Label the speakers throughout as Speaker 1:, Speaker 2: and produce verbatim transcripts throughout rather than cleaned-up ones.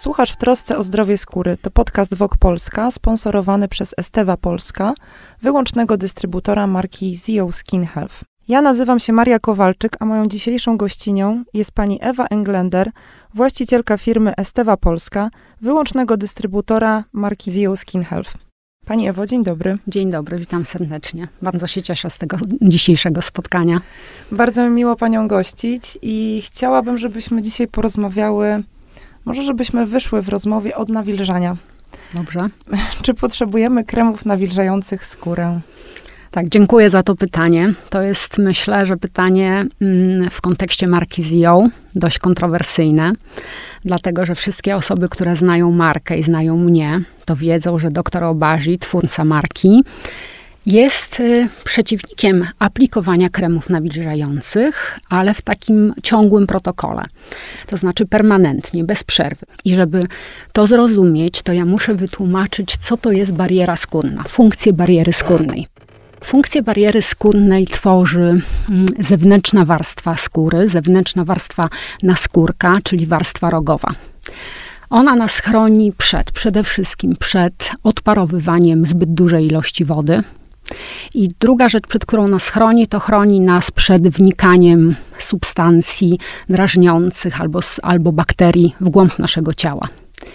Speaker 1: Słuchasz w trosce o zdrowie skóry. To podcast Vogue Polska, sponsorowany przez Esteva Polska, wyłącznego dystrybutora marki Zio Skin Health. Ja nazywam się Maria Kowalczyk, a moją dzisiejszą gościnią jest pani Ewa Englender, właścicielka firmy Esteva Polska, wyłącznego dystrybutora marki Zio Skin Health. Pani Ewo, dzień dobry.
Speaker 2: Dzień dobry, witam serdecznie. Bardzo się cieszę z tego dzisiejszego spotkania.
Speaker 1: Bardzo mi miło panią gościć i chciałabym, żebyśmy dzisiaj porozmawiały, może żebyśmy wyszły w rozmowie od nawilżania.
Speaker 2: Dobrze.
Speaker 1: Czy potrzebujemy kremów nawilżających skórę?
Speaker 2: Tak, dziękuję za to pytanie. To jest, myślę, że pytanie mm, w kontekście marki Zio dość kontrowersyjne, dlatego, że wszystkie osoby, które znają markę i znają mnie, to wiedzą, że doktor Obagi, twórca marki, jest y, przeciwnikiem aplikowania kremów nawilżających, ale w takim ciągłym protokole. To znaczy permanentnie, bez przerwy. I żeby to zrozumieć, to ja muszę wytłumaczyć, co to jest bariera skórna, funkcję bariery skórnej. Funkcję bariery skórnej tworzy zewnętrzna warstwa skóry, zewnętrzna warstwa naskórka, czyli warstwa rogowa. Ona nas chroni przed, przede wszystkim przed odparowywaniem zbyt dużej ilości wody. I druga rzecz, przed którą nas chroni, to chroni nas przed wnikaniem substancji drażniących albo, albo bakterii w głąb naszego ciała.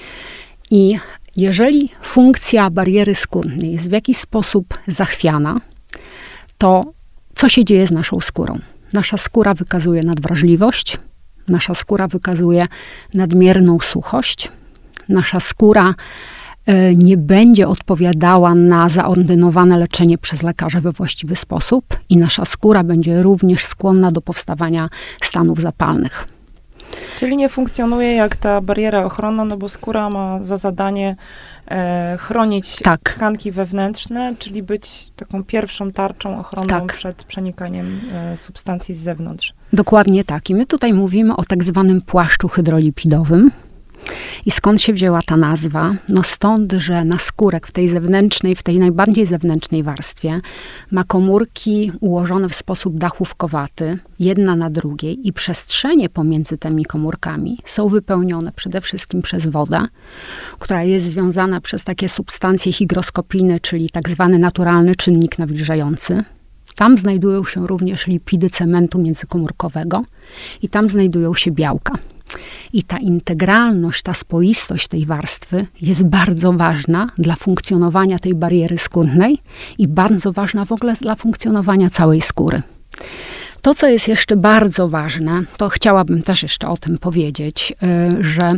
Speaker 2: I jeżeli funkcja bariery skórnej jest w jakiś sposób zachwiana, to co się dzieje z naszą skórą? Nasza skóra wykazuje nadwrażliwość, nasza skóra wykazuje nadmierną suchość, nasza skóra y, nie będzie odpowiadała na zaordynowane leczenie przez lekarza we właściwy sposób i nasza skóra będzie również skłonna do powstawania stanów zapalnych.
Speaker 1: Czyli nie funkcjonuje jak ta bariera ochronna, no bo skóra ma za zadanie e, chronić
Speaker 2: tak.
Speaker 1: tkanki wewnętrzne, czyli być taką pierwszą tarczą ochronną tak. przed przenikaniem e, substancji z zewnątrz.
Speaker 2: Dokładnie tak. I my tutaj mówimy o tak zwanym płaszczu hydrolipidowym. I skąd się wzięła ta nazwa? No stąd, że naskórek w tej zewnętrznej, w tej najbardziej zewnętrznej warstwie ma komórki ułożone w sposób dachówkowaty, jedna na drugiej i przestrzenie pomiędzy tymi komórkami są wypełnione przede wszystkim przez wodę, która jest związana przez takie substancje hygroskopijne, czyli tak zwany naturalny czynnik nawilżający. Tam znajdują się również lipidy cementu międzykomórkowego i tam znajdują się białka. I ta integralność, ta spoistość tej warstwy jest bardzo ważna dla funkcjonowania tej bariery skórnej i bardzo ważna w ogóle dla funkcjonowania całej skóry. To, co jest jeszcze bardzo ważne, to chciałabym też jeszcze o tym powiedzieć, że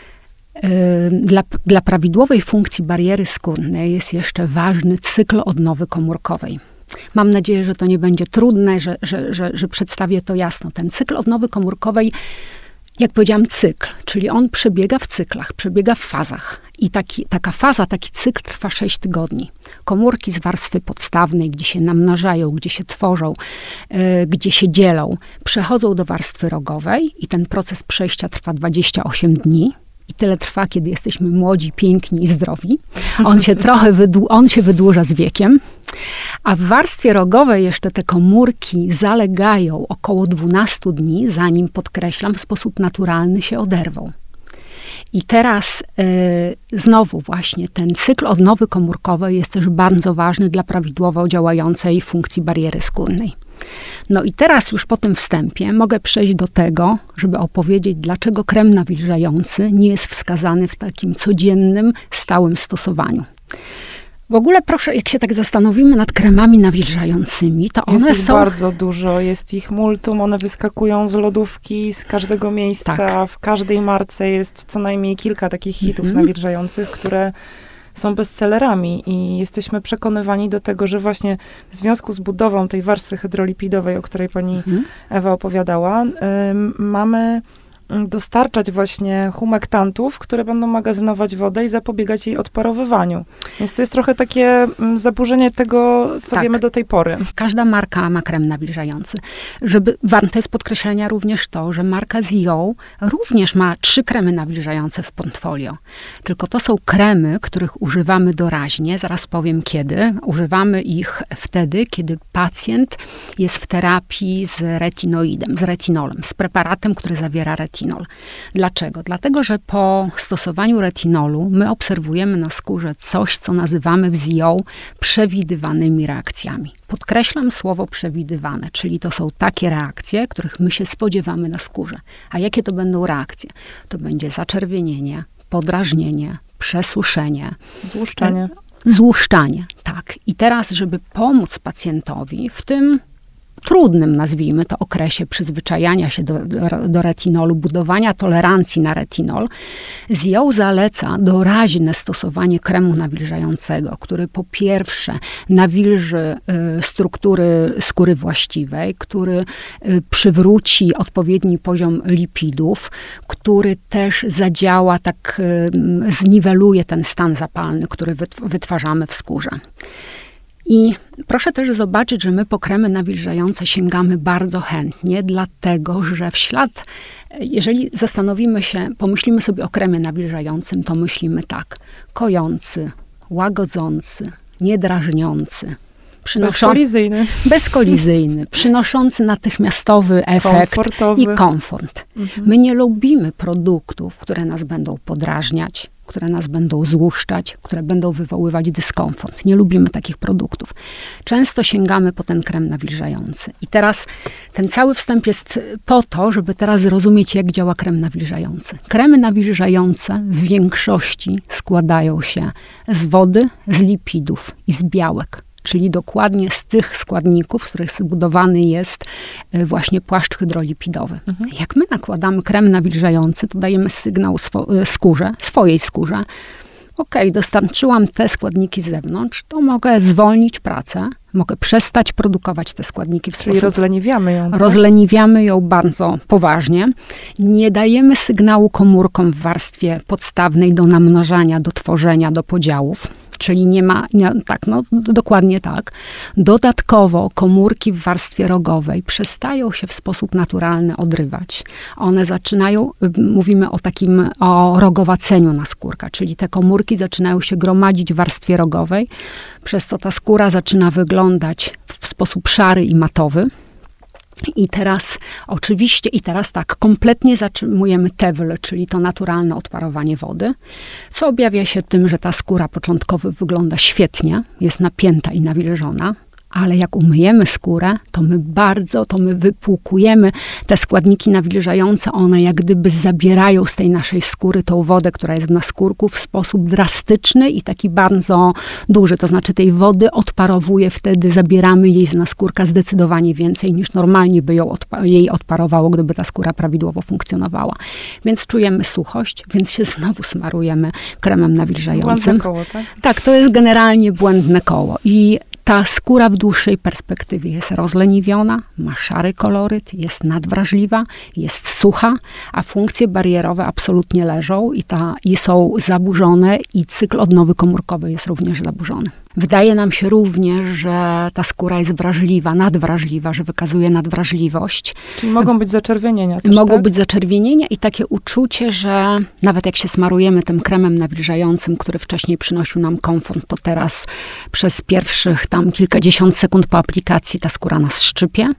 Speaker 2: Dla, dla prawidłowej funkcji bariery skórnej jest jeszcze ważny cykl odnowy komórkowej. Mam nadzieję, że to nie będzie trudne, że, że, że, że przedstawię to jasno. Ten cykl odnowy komórkowej, jak powiedziałam, cykl, czyli on przebiega w cyklach, przebiega w fazach. I taki, taka faza, taki cykl trwa sześć tygodni. Komórki z warstwy podstawnej, gdzie się namnażają, gdzie się tworzą, yy, gdzie się dzielą, przechodzą do warstwy rogowej i ten proces przejścia trwa dwadzieścia osiem dni. I tyle trwa, kiedy jesteśmy młodzi, piękni i zdrowi. On się trochę wydłu- on się wydłuża z wiekiem. A w warstwie rogowej jeszcze te komórki zalegają około dwanaście dni, zanim, podkreślam, w sposób naturalny się oderwą. I teraz y, znowu właśnie ten cykl odnowy komórkowej jest też bardzo ważny dla prawidłowo działającej funkcji bariery skórnej. No i teraz już po tym wstępie mogę przejść do tego, żeby opowiedzieć, dlaczego krem nawilżający nie jest wskazany w takim codziennym, stałym stosowaniu. W ogóle proszę, jak się tak zastanowimy nad kremami nawilżającymi, to one
Speaker 1: jest ich
Speaker 2: są...
Speaker 1: bardzo dużo, jest ich multum, one wyskakują z lodówki, z każdego miejsca,
Speaker 2: tak.
Speaker 1: w każdej marce jest co najmniej kilka takich hitów
Speaker 2: Mhm.
Speaker 1: nawilżających, które są bestsellerami i jesteśmy przekonywani do tego, że właśnie w związku z budową tej warstwy hydrolipidowej, o której pani mhm. Ewa opowiadała, y, mamy dostarczać właśnie humektantów, które będą magazynować wodę i zapobiegać jej odparowywaniu. Więc to jest trochę takie zaburzenie tego, co
Speaker 2: tak.
Speaker 1: wiemy do tej pory.
Speaker 2: Każda marka ma krem nawilżający. Żeby, warte jest podkreślenia również to, że marka Zio również ma trzy kremy nawilżające w portfolio. Tylko to są kremy, których używamy doraźnie. Zaraz powiem kiedy. Używamy ich wtedy, kiedy pacjent jest w terapii z retinoidem, z retinolem, z preparatem, który zawiera retinol. retinol. Dlaczego? Dlatego, że po stosowaniu retinolu my obserwujemy na skórze coś, co nazywamy w Z I O przewidywanymi reakcjami. Podkreślam słowo przewidywane, czyli to są takie reakcje, których my się spodziewamy na skórze. A jakie to będą reakcje? To będzie zaczerwienienie, podrażnienie, przesuszenie.
Speaker 1: Złuszczanie.
Speaker 2: Złuszczanie, tak. I teraz, żeby pomóc pacjentowi w tym trudnym, nazwijmy to, okresie przyzwyczajania się do, do, do retinolu, budowania tolerancji na retinol, Z I O zaleca doraźne stosowanie kremu nawilżającego, który po pierwsze nawilży y, struktury skóry właściwej, który y, przywróci odpowiedni poziom lipidów, który też zadziała, tak y, zniweluje ten stan zapalny, który wytw- wytwarzamy w skórze. I proszę też zobaczyć, że my po kremy nawilżające sięgamy bardzo chętnie, dlatego że w ślad, jeżeli zastanowimy się, pomyślimy sobie o kremie nawilżającym, to myślimy tak: kojący, łagodzący, niedrażniący.
Speaker 1: Bezkolizyjny.
Speaker 2: Bezkolizyjny, przynoszący natychmiastowy efekt
Speaker 1: komfortowy.
Speaker 2: I komfort. Mhm. My nie lubimy produktów, które nas będą podrażniać, które nas będą złuszczać, które będą wywoływać dyskomfort. Nie lubimy takich produktów. Często sięgamy po ten krem nawilżający. I teraz ten cały wstęp jest po to, żeby teraz zrozumieć, jak działa krem nawilżający. Kremy nawilżające w większości składają się z wody, z lipidów i z białek. Czyli dokładnie z tych składników, z których zbudowany jest właśnie płaszcz hydrolipidowy. Mhm. Jak my nakładamy krem nawilżający, to dajemy sygnał swo- skórze, swojej skórze: okej, dostarczyłam te składniki z zewnątrz, to mogę zwolnić pracę, mogę przestać produkować te składniki w
Speaker 1: Czyli
Speaker 2: sposób...
Speaker 1: rozleniwiamy ją. Tak?
Speaker 2: Rozleniwiamy ją bardzo poważnie. Nie dajemy sygnału komórkom w warstwie podstawnej do namnażania, do tworzenia, do podziałów. Czyli nie ma, nie, tak, no dokładnie tak. Dodatkowo komórki w warstwie rogowej przestają się w sposób naturalny odrywać. One zaczynają, mówimy o takim, o rogowaceniu naskórka, czyli te komórki zaczynają się gromadzić w warstwie rogowej, przez co ta skóra zaczyna wyglądać w sposób szary i matowy. I teraz oczywiście, i teraz tak, kompletnie zatrzymujemy tewl, czyli to naturalne odparowanie wody, co objawia się tym, że ta skóra początkowo wygląda świetnie, jest napięta i nawilżona, ale jak umyjemy skórę, to my bardzo, to my wypłukujemy te składniki nawilżające, one jak gdyby zabierają z tej naszej skóry tą wodę, która jest w naskórku, w sposób drastyczny i taki bardzo duży. To znaczy tej wody odparowuje wtedy, zabieramy jej z naskórka zdecydowanie więcej, niż normalnie by ją odpa- jej odparowało, gdyby ta skóra prawidłowo funkcjonowała. Więc czujemy suchość, więc się znowu smarujemy kremem nawilżającym.
Speaker 1: Błędne koło, tak?
Speaker 2: Tak, to jest generalnie błędne koło. I ta skóra w dłuższej perspektywie jest rozleniwiona, ma szary koloryt, jest nadwrażliwa, jest sucha, a funkcje barierowe absolutnie leżą i, ta, i są zaburzone i cykl odnowy komórkowej jest również zaburzony. Wydaje nam się również, że ta skóra jest wrażliwa, nadwrażliwa, że wykazuje nadwrażliwość.
Speaker 1: Czyli mogą być zaczerwienienia też,
Speaker 2: Mogą
Speaker 1: tak?
Speaker 2: być zaczerwienienia i takie uczucie, że nawet jak się smarujemy tym kremem nawilżającym, który wcześniej przynosił nam komfort, to teraz przez pierwszych tam kilkadziesiąt sekund po aplikacji ta skóra nas szczypie.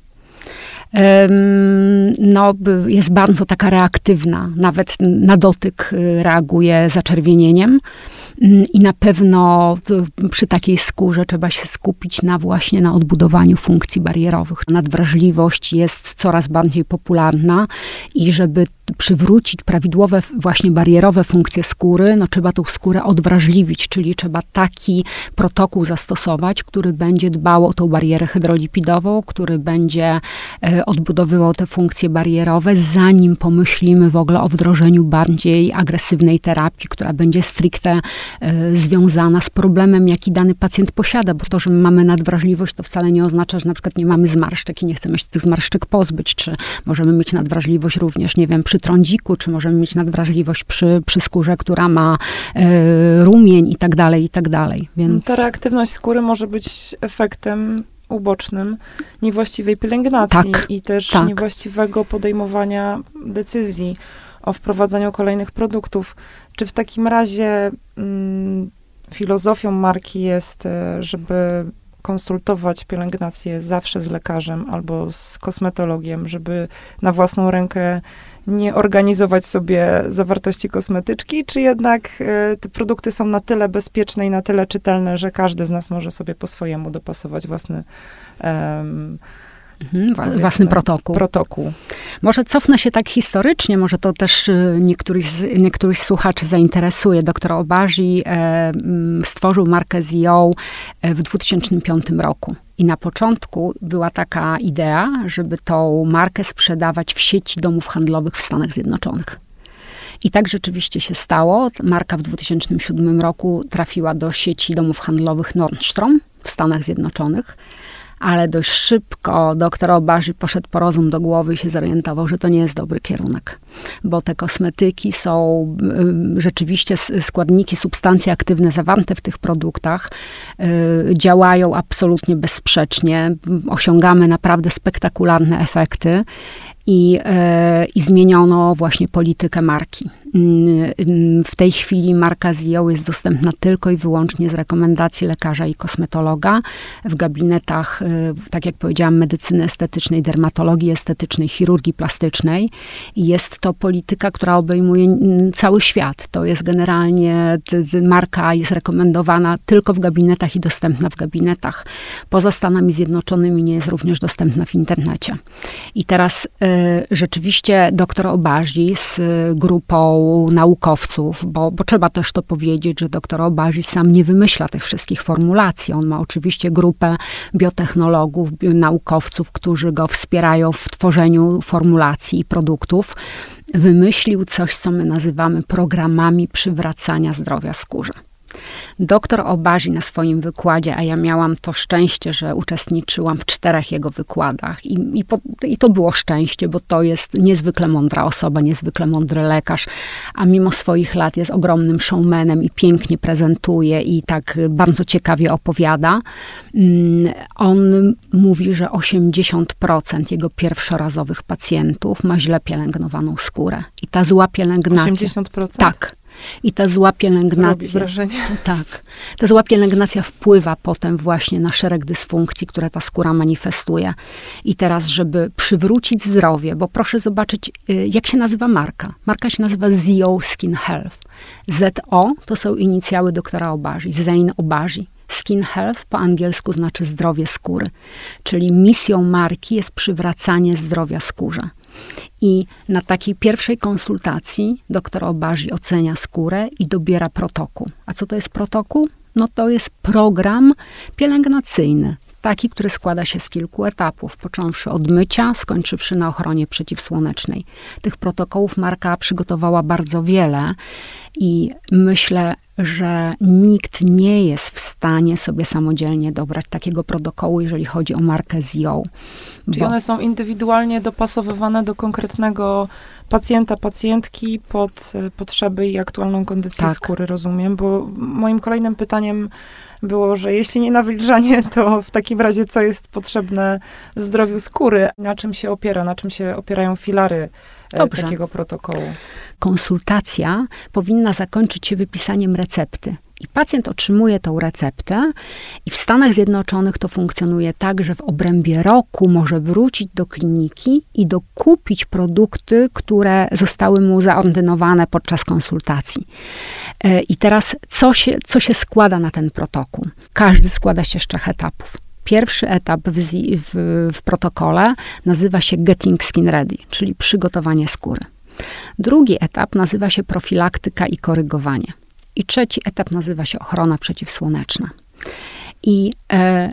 Speaker 2: No, jest bardzo taka reaktywna, nawet na dotyk reaguje zaczerwienieniem. I na pewno przy takiej skórze trzeba się skupić na właśnie na odbudowaniu funkcji barierowych. Nadwrażliwość jest coraz bardziej popularna i żeby przywrócić prawidłowe właśnie barierowe funkcje skóry, no trzeba tą skórę odwrażliwić, czyli trzeba taki protokół zastosować, który będzie dbał o tą barierę hydrolipidową, który będzie e, odbudowywał te funkcje barierowe, zanim pomyślimy w ogóle o wdrożeniu bardziej agresywnej terapii, która będzie stricte e, związana z problemem, jaki dany pacjent posiada, bo to, że my mamy nadwrażliwość, to wcale nie oznacza, że na przykład nie mamy zmarszczek i nie chcemy się tych zmarszczek pozbyć, czy możemy mieć nadwrażliwość również, nie wiem, przy trądziku, czy możemy mieć nadwrażliwość przy, przy skórze, która ma e, rumień i tak dalej, i tak dalej. Więc...
Speaker 1: Ta reaktywność skóry może być efektem ubocznym niewłaściwej pielęgnacji
Speaker 2: tak,
Speaker 1: i też
Speaker 2: tak.
Speaker 1: niewłaściwego podejmowania decyzji o wprowadzaniu kolejnych produktów. Czy w takim razie mm, filozofią marki jest, żeby konsultować pielęgnację zawsze z lekarzem albo z kosmetologiem, żeby na własną rękę nie organizować sobie zawartości kosmetyczki, czy jednak e, te produkty są na tyle bezpieczne i na tyle czytelne, że każdy z nas może sobie po swojemu dopasować własny um,
Speaker 2: Mhm, własny protokół.
Speaker 1: protokół.
Speaker 2: Może cofnę się tak historycznie, może to też niektórych z, niektórych słuchaczy zainteresuje. Doktor Obagi e, stworzył markę Zio w dwa tysiące piątym roku. I na początku była taka idea, żeby tą markę sprzedawać w sieci domów handlowych w Stanach Zjednoczonych. I tak rzeczywiście się stało. Marka w dwa tysiące siódmym roku trafiła do sieci domów handlowych Nordstrom w Stanach Zjednoczonych. Ale dość szybko doktor Obagi poszedł po rozum do głowy i się zorientował, że to nie jest dobry kierunek. Bo te kosmetyki są y, rzeczywiście składniki, substancje aktywne zawarte w tych produktach y, działają absolutnie bezsprzecznie. Osiągamy naprawdę spektakularne efekty. I, e, I zmieniono właśnie politykę marki. W tej chwili marka Zio jest dostępna tylko i wyłącznie z rekomendacji lekarza i kosmetologa w gabinetach, tak jak powiedziałam, medycyny estetycznej, dermatologii estetycznej, chirurgii plastycznej. I jest to polityka, która obejmuje cały świat. To jest generalnie, marka jest rekomendowana tylko w gabinetach i dostępna w gabinetach. Poza Stanami Zjednoczonymi nie jest również dostępna w internecie. I teraz rzeczywiście doktor Obagi z grupą naukowców, bo, bo trzeba też to powiedzieć, że doktor Obagi sam nie wymyśla tych wszystkich formulacji. On ma oczywiście grupę biotechnologów, naukowców, którzy go wspierają w tworzeniu formulacji i produktów. Wymyślił coś, co my nazywamy programami przywracania zdrowia skórze. Doktor Obagi na swoim wykładzie, a ja miałam to szczęście, że uczestniczyłam w czterech jego wykładach i, i, po, i to było szczęście, bo to jest niezwykle mądra osoba, niezwykle mądry lekarz, a mimo swoich lat jest ogromnym showmanem i pięknie prezentuje i tak bardzo ciekawie opowiada. On mówi, że osiemdziesiąt procent jego pierwszorazowych pacjentów ma źle pielęgnowaną skórę. I ta zła pielęgnacja...
Speaker 1: osiemdziesiąt procent?
Speaker 2: Tak. I ta zła pielęgnacja...
Speaker 1: Robi wrażenie.
Speaker 2: Tak. Ta zła pielęgnacja wpływa potem właśnie na szereg dysfunkcji, które ta skóra manifestuje. I teraz, żeby przywrócić zdrowie, bo proszę zobaczyć, jak się nazywa marka. Marka się nazywa Zio Skin Health. Z O to są inicjały doktora Obagi, Zein Obagi. Skin Health po angielsku znaczy zdrowie skóry. Czyli misją marki jest przywracanie zdrowia skórze. I na takiej pierwszej konsultacji doktor Obagi ocenia skórę i dobiera protokół. A co to jest protokół? No to jest program pielęgnacyjny. Taki, który składa się z kilku etapów, począwszy od mycia, skończywszy na ochronie przeciwsłonecznej. Tych protokołów marka przygotowała bardzo wiele i myślę, że nikt nie jest w stanie sobie samodzielnie dobrać takiego protokołu, jeżeli chodzi o markę Zio.
Speaker 1: Czyli one są indywidualnie dopasowywane do konkretnego pacjenta, pacjentki pod potrzeby i aktualną kondycję
Speaker 2: tak.
Speaker 1: skóry, rozumiem, bo moim kolejnym pytaniem było, że jeśli nie nawilżanie, to w takim razie co jest potrzebne zdrowiu skóry? Na czym się opiera, na czym się opierają filary Dobrze. takiego protokołu?
Speaker 2: Konsultacja powinna zakończyć się wypisaniem recepty. I pacjent otrzymuje tą receptę i w Stanach Zjednoczonych to funkcjonuje tak, że w obrębie roku może wrócić do kliniki i dokupić produkty, które zostały mu zaordynowane podczas konsultacji. I teraz co się, co się składa na ten protokół? Każdy składa się z trzech etapów. Pierwszy etap w, w, w protokole nazywa się Getting Skin Ready, czyli przygotowanie skóry. Drugi etap nazywa się profilaktyka i korygowanie. I trzeci etap nazywa się ochrona przeciwsłoneczna. I e,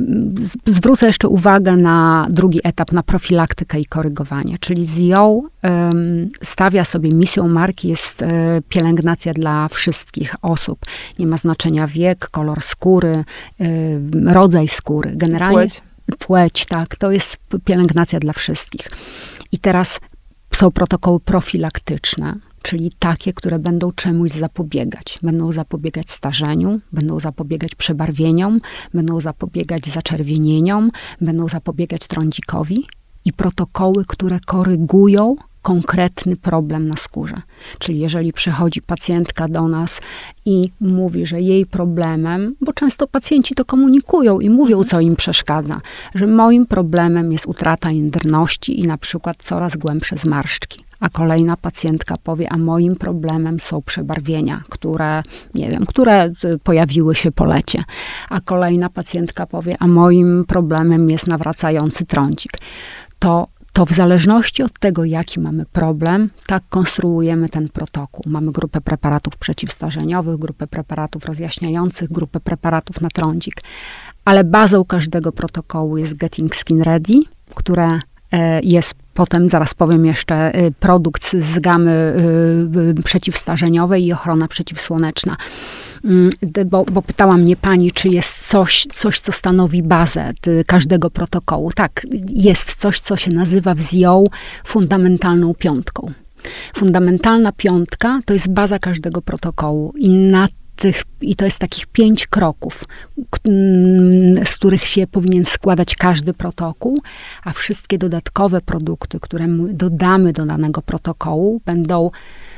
Speaker 2: zwrócę jeszcze uwagę na drugi etap, na profilaktykę i korygowanie. Czyli Zio e, stawia sobie misją marki, jest e, pielęgnacja dla wszystkich osób. Nie ma znaczenia wiek, kolor skóry, e, rodzaj skóry. Generalnie
Speaker 1: płeć.
Speaker 2: Płeć, tak. To jest pielęgnacja dla wszystkich. I teraz są protokoły profilaktyczne, czyli takie, które będą czemuś zapobiegać. Będą zapobiegać starzeniu, będą zapobiegać przebarwieniom, będą zapobiegać zaczerwienieniom, będą zapobiegać trądzikowi i protokoły, które korygują konkretny problem na skórze. Czyli jeżeli przychodzi pacjentka do nas i mówi, że jej problemem, bo często pacjenci to komunikują i mówią, co im przeszkadza, że moim problemem jest utrata jędrności i na przykład coraz głębsze zmarszczki. A kolejna pacjentka powie, a moim problemem są przebarwienia, które, nie wiem, które pojawiły się po lecie. A kolejna pacjentka powie, a moim problemem jest nawracający trądzik. To to w zależności od tego, jaki mamy problem, tak konstruujemy ten protokół. Mamy grupę preparatów przeciwstarzeniowych, grupę preparatów rozjaśniających, grupę preparatów na trądzik. Ale bazą każdego protokołu jest Getting Skin Ready, które jest potem, zaraz powiem jeszcze, produkt z gamy przeciwstarzeniowej i ochrona przeciwsłoneczna. Bo, bo pytała mnie pani, czy jest coś, coś, co stanowi bazę każdego protokołu. Tak, jest coś, co się nazywa w Z I O fundamentalną piątką. Fundamentalna piątka to jest baza każdego protokołu i na tych, i to jest takich pięć kroków, z których się powinien składać każdy protokół, a wszystkie dodatkowe produkty, które dodamy do danego protokołu, będą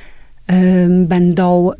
Speaker 2: będą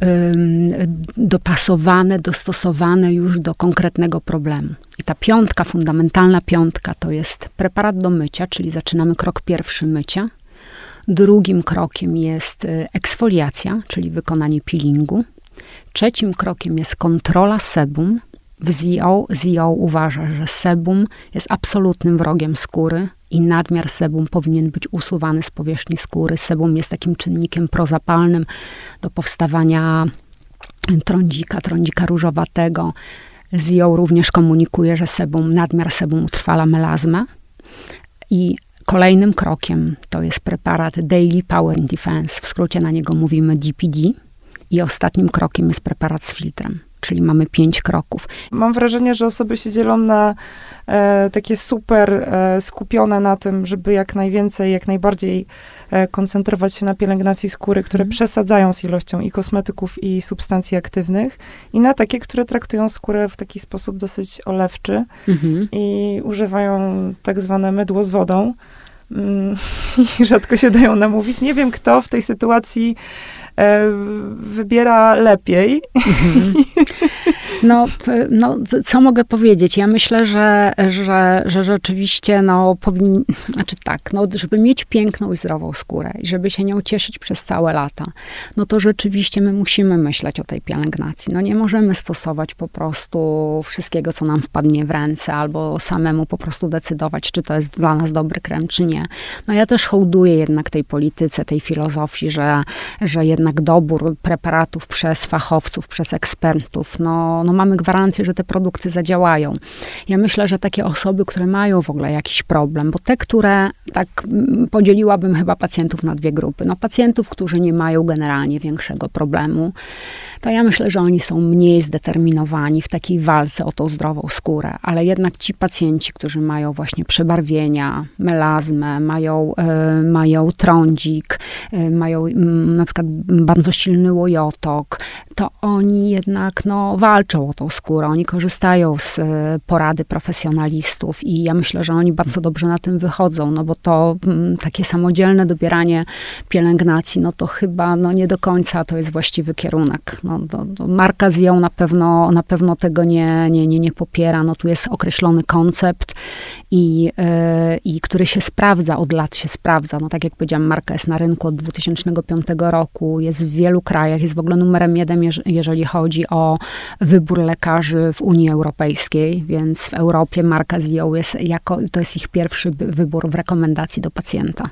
Speaker 2: dopasowane, dostosowane już do konkretnego problemu. I ta piątka, fundamentalna piątka, to jest preparat do mycia, czyli zaczynamy krok pierwszy mycia. Drugim krokiem jest eksfoliacja, czyli wykonanie peelingu. Trzecim krokiem jest kontrola sebum. W Z I O, Z I O uważa, że sebum jest absolutnym wrogiem skóry i nadmiar sebum powinien być usuwany z powierzchni skóry. Sebum jest takim czynnikiem prozapalnym do powstawania trądzika, trądzika różowatego. Z I O również komunikuje, że sebum, nadmiar sebum utrwala melazmę. I kolejnym krokiem to jest preparat Daily Power and Defense. W skrócie na niego mówimy D P D. I ostatnim krokiem jest preparat z filtrem. Czyli mamy pięć kroków.
Speaker 1: Mam wrażenie, że osoby się dzielą na e, takie super e, skupione na tym, żeby jak najwięcej, jak najbardziej e, koncentrować się na pielęgnacji skóry, które mm. przesadzają z ilością i kosmetyków, i substancji aktywnych, i na takie, które traktują skórę w taki sposób dosyć olewczy mm-hmm. i używają tak zwane mydło z wodą. Mm, i rzadko się dają namówić. Nie wiem, kto w tej sytuacji wybiera lepiej. Mhm.
Speaker 2: No, no, co mogę powiedzieć? Ja myślę, że, że, że rzeczywiście, no, powinni, znaczy tak, no, żeby mieć piękną i zdrową skórę i żeby się nią cieszyć przez całe lata, no to rzeczywiście my musimy myśleć o tej pielęgnacji. No nie możemy stosować po prostu wszystkiego, co nam wpadnie w ręce, albo samemu po prostu decydować, czy to jest dla nas dobry krem, czy nie. No ja też hołduję jednak tej polityce, tej filozofii, że, że jednak dobór preparatów przez fachowców, przez ekspertów, no, no mamy gwarancję, że te produkty zadziałają. Ja myślę, że takie osoby, które mają w ogóle jakiś problem, bo te, które, tak podzieliłabym chyba pacjentów na dwie grupy. No pacjentów, którzy nie mają generalnie większego problemu, to ja myślę, że oni są mniej zdeterminowani w takiej walce o tą zdrową skórę, ale jednak ci pacjenci, którzy mają właśnie przebarwienia, melazmę, mają, y, mają trądzik, y, mają y, na przykład bardzo silny łojotok, to oni jednak no, walczą o tą skórę, oni korzystają z y, porady profesjonalistów i ja myślę, że oni bardzo dobrze na tym wychodzą, no bo to y, takie samodzielne dobieranie pielęgnacji, no to chyba no, nie do końca to jest właściwy kierunek. No, to, to marka Z I O na pewno, na pewno tego nie, nie, nie, nie popiera. No, tu jest określony koncept, i, yy, i który się sprawdza, od lat się sprawdza. No, tak jak powiedziałam, marka jest na rynku od dwa tysiące piątego roku, jest w wielu krajach, jest w ogóle numerem jeden, jeżeli chodzi o wybór lekarzy w Unii Europejskiej, więc w Europie marka Z I O jest jako, to jest ich pierwszy wybór w rekomendacji do pacjenta.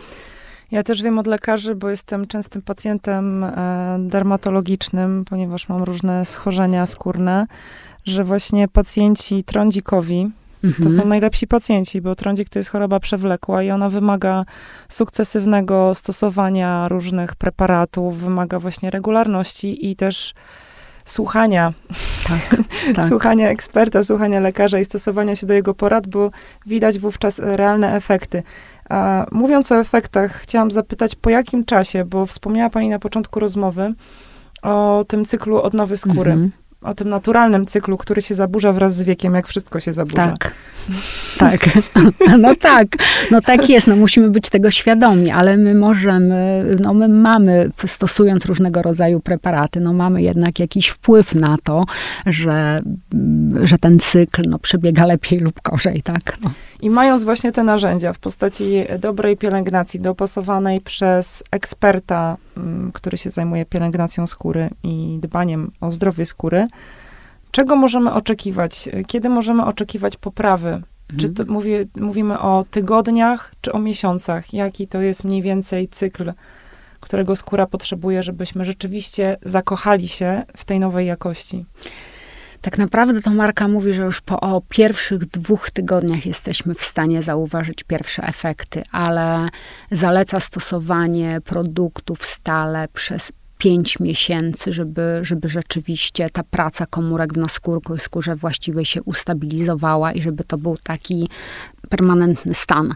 Speaker 1: Ja też wiem od lekarzy, bo jestem częstym pacjentem e, dermatologicznym, ponieważ mam różne schorzenia skórne, że właśnie pacjenci trądzikowi mhm. to są najlepsi pacjenci, bo trądzik to jest choroba przewlekła i ona wymaga sukcesywnego stosowania różnych preparatów, wymaga właśnie regularności i też słuchania,
Speaker 2: tak, tak.
Speaker 1: słuchania eksperta, słuchania lekarza i stosowania się do jego porad, bo widać wówczas realne efekty. A mówiąc o efektach, chciałam zapytać, po jakim czasie, bo wspomniała pani na początku rozmowy o tym cyklu odnowy skóry. Mm-hmm. o tym naturalnym cyklu, który się zaburza wraz z wiekiem, jak wszystko się zaburza.
Speaker 2: Tak. Tak. No tak. No tak jest. No musimy być tego świadomi, ale my możemy, no my mamy, stosując różnego rodzaju preparaty, no mamy jednak jakiś wpływ na to, że, że ten cykl no, przebiega lepiej lub gorzej, tak? No.
Speaker 1: I mając właśnie te narzędzia w postaci dobrej pielęgnacji, dopasowanej przez eksperta, który się zajmuje pielęgnacją skóry i dbaniem o zdrowie skóry, czego możemy oczekiwać? Kiedy możemy oczekiwać poprawy? Mhm. Czy to mówię, mówimy o tygodniach, czy o miesiącach? Jaki to jest mniej więcej cykl, którego skóra potrzebuje, żebyśmy rzeczywiście zakochali się w tej nowej jakości?
Speaker 2: Tak naprawdę to Marka mówi, że już po o pierwszych dwóch tygodniach jesteśmy w stanie zauważyć pierwsze efekty, ale zaleca stosowanie produktów stale przez pięć miesięcy, żeby, żeby rzeczywiście ta praca komórek w naskórku i skórze właściwie się ustabilizowała i żeby to był taki permanentny stan.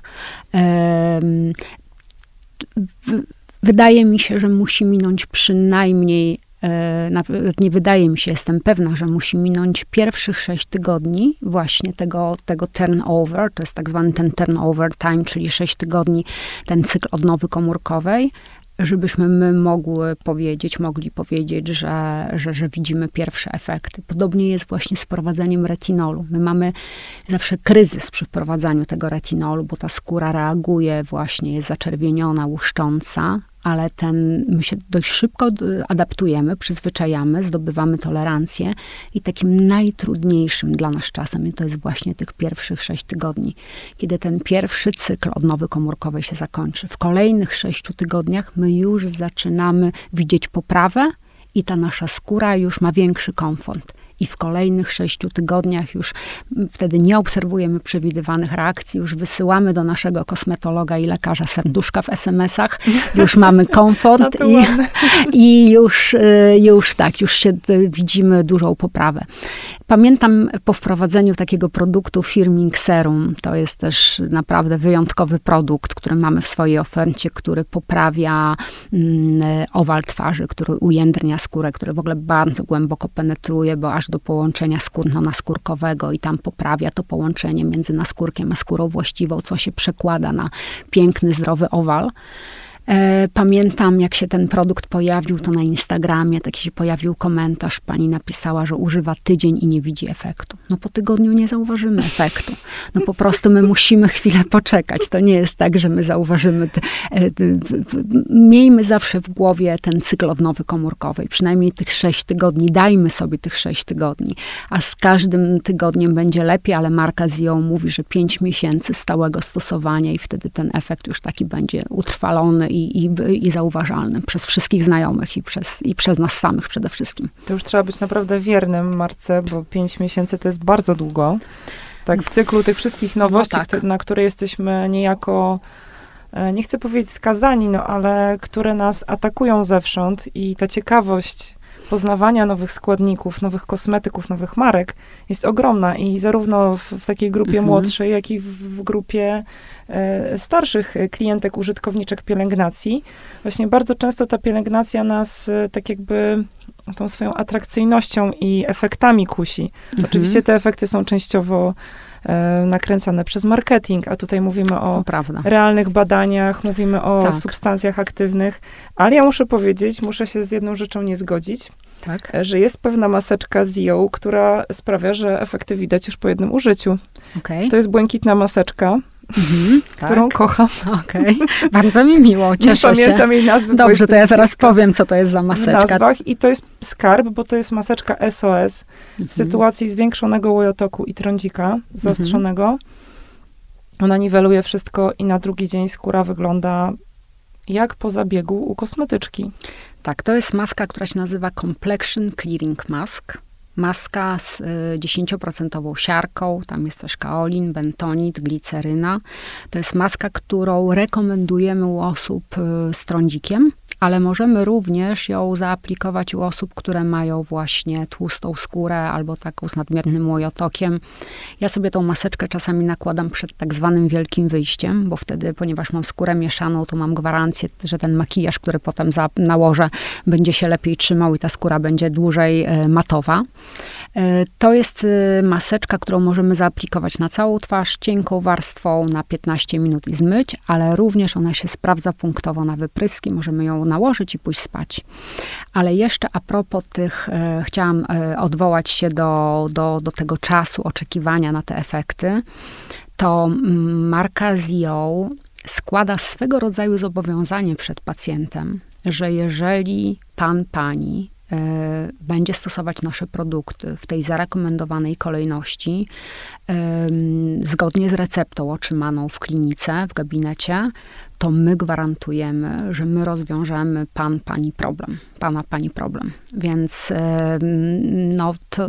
Speaker 2: Wydaje mi się, że musi minąć przynajmniej Nawet nie wydaje mi się, jestem pewna, że musi minąć pierwszych sześć tygodni właśnie tego, tego turnover, to jest tak zwany ten turnover time, czyli sześć tygodni, ten cykl odnowy komórkowej, żebyśmy my mogły powiedzieć, mogli powiedzieć, że, że, że widzimy pierwsze efekty. Podobnie jest właśnie z wprowadzeniem retinolu. My mamy zawsze kryzys przy wprowadzaniu tego retinolu, bo ta skóra reaguje właśnie, jest zaczerwieniona, łuszcząca, ale ten, my się dość szybko adaptujemy, przyzwyczajamy, zdobywamy tolerancję i takim najtrudniejszym dla nas czasem to jest właśnie tych pierwszych sześć tygodni, kiedy ten pierwszy cykl odnowy komórkowej się zakończy. W kolejnych sześciu tygodniach my już zaczynamy widzieć poprawę i ta nasza skóra już ma większy komfort. I w kolejnych sześciu tygodniach już wtedy nie obserwujemy przewidywanych reakcji, już wysyłamy do naszego kosmetologa i lekarza serduszka w es em esach, już mamy komfort i, i już, już tak, już się widzimy dużą poprawę. Pamiętam po wprowadzeniu takiego produktu Firming Serum, to jest też naprawdę wyjątkowy produkt, który mamy w swojej ofercie, który poprawia mm, owal twarzy, który ujędrnia skórę, który w ogóle bardzo głęboko penetruje, bo aż do połączenia skórno-naskórkowego i tam poprawia to połączenie między naskórkiem a skórą właściwą, co się przekłada na piękny, zdrowy owal. E, pamiętam, jak się ten produkt pojawił, to na Instagramie taki się pojawił komentarz, pani napisała, że używa tydzień i nie widzi efektu. No po tygodniu nie zauważymy efektu. No po prostu my musimy chwilę poczekać. To nie jest tak, że my zauważymy. T, t, t, miejmy zawsze w głowie ten cykl odnowy komórkowej. Przynajmniej tych sześć tygodni. Dajmy sobie tych sześć tygodni. A z każdym tygodniem będzie lepiej, ale marka Zio mówi, że pięć miesięcy stałego stosowania i wtedy ten efekt już taki będzie utrwalony I, i, i zauważalnym przez wszystkich znajomych i przez, i przez nas samych przede wszystkim.
Speaker 1: To już trzeba być naprawdę wiernym Marce, bo pięć miesięcy to jest bardzo długo. Tak, w cyklu tych wszystkich nowości, no tak. k- na które jesteśmy niejako, nie chcę powiedzieć skazani, no ale które nas atakują zewsząd i ta ciekawość poznawania nowych składników, nowych kosmetyków, nowych marek jest ogromna i zarówno w, w takiej grupie mhm. młodszej, jak i w, w grupie e, starszych klientek, użytkowniczek pielęgnacji. Właśnie bardzo często ta pielęgnacja nas e, tak jakby tą swoją atrakcyjnością i efektami kusi. Mhm. Oczywiście te efekty są częściowo e, nakręcane przez marketing, a tutaj mówimy o realnych badaniach, mówimy o tak. substancjach aktywnych, ale ja muszę powiedzieć, muszę się z jedną rzeczą nie zgodzić, tak. że jest pewna maseczka Zio, która sprawia, że efekty widać już po jednym użyciu. Okay. To jest błękitna maseczka, mhm, którą tak. kocham.
Speaker 2: Okej, okay. Bardzo mi miło, cieszę
Speaker 1: nie się. Nie pamiętam jej nazwy.
Speaker 2: Dobrze, to ja zaraz powiem, co to jest za maseczka.
Speaker 1: W nazwach i to jest skarb, bo to jest maseczka S O S mhm. w sytuacji zwiększonego łojotoku i trądzika zaostrzonego. Mhm. Ona niweluje wszystko i na drugi dzień skóra wygląda jak po zabiegu u kosmetyczki.
Speaker 2: Tak, to jest maska, która się nazywa Complexion Clearing Mask. Maska z y, dziesięć procent siarką, tam jest też kaolin, bentonit, gliceryna. To jest maska, którą rekomendujemy u osób y, z trądzikiem, ale możemy również ją zaaplikować u osób, które mają właśnie tłustą skórę albo taką z nadmiernym łojotokiem. Ja sobie tą maseczkę czasami nakładam przed tak zwanym wielkim wyjściem, bo wtedy, ponieważ mam skórę mieszaną, to mam gwarancję, że ten makijaż, który potem za, nałożę, będzie się lepiej trzymał i ta skóra będzie dłużej y, matowa. To jest maseczka, którą możemy zaaplikować na całą twarz, cienką warstwą, na piętnaście minut i zmyć, ale również ona się sprawdza punktowo na wypryski. Możemy ją nałożyć i pójść spać. Ale jeszcze a propos tych, e, chciałam e, odwołać się do, do, do tego czasu oczekiwania na te efekty, to mm, marka Z I O składa swego rodzaju zobowiązanie przed pacjentem, że jeżeli pan, pani będzie stosować nasze produkty w tej zarekomendowanej kolejności, zgodnie z receptą otrzymaną w klinice, w gabinecie, to my gwarantujemy, że my rozwiążemy pan, pani problem. Pana, pani problem. Więc no to...